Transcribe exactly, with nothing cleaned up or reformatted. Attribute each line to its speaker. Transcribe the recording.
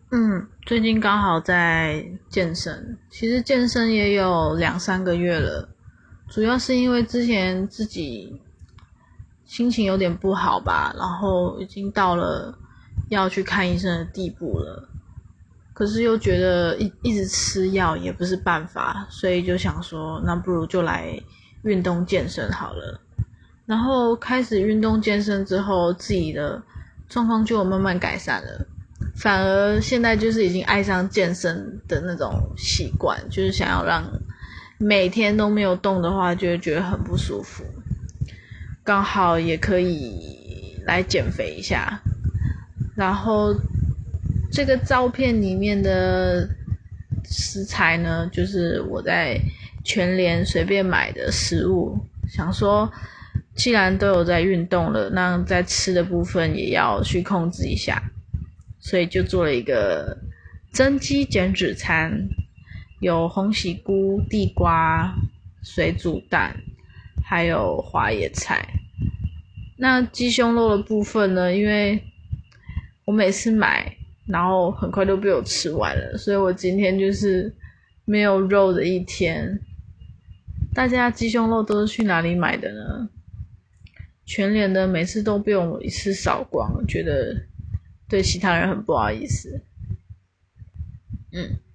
Speaker 1: 嗯，最近刚好在健身，其实健身也有两三个月了，主要是因为之前自己心情有点不好吧，然后已经到了要去看医生的地步了，可是又觉得一一直吃药也不是办法，所以就想说，那不如就来运动健身好了。然后开始运动健身之后，自己的状况就有慢慢改善了。反而现在就是已经爱上健身的那种习惯，就是想要让每天都没有动的话，就会觉得很不舒服。刚好也可以来减肥一下。然后这个照片里面的食材呢，就是我在全联随便买的食物，想说既然都有在运动了，那在吃的部分也要去控制一下，所以就做了一个增肌减脂餐，有红喜菇、地瓜、水煮蛋，还有花椰菜。那鸡胸肉的部分呢，因为我每次买然后很快就被我吃完了，所以我今天就是没有肉的一天。大家鸡胸肉都是去哪里买的呢？全联的每次都被我一次扫光，觉得对其他人很不好意思。嗯。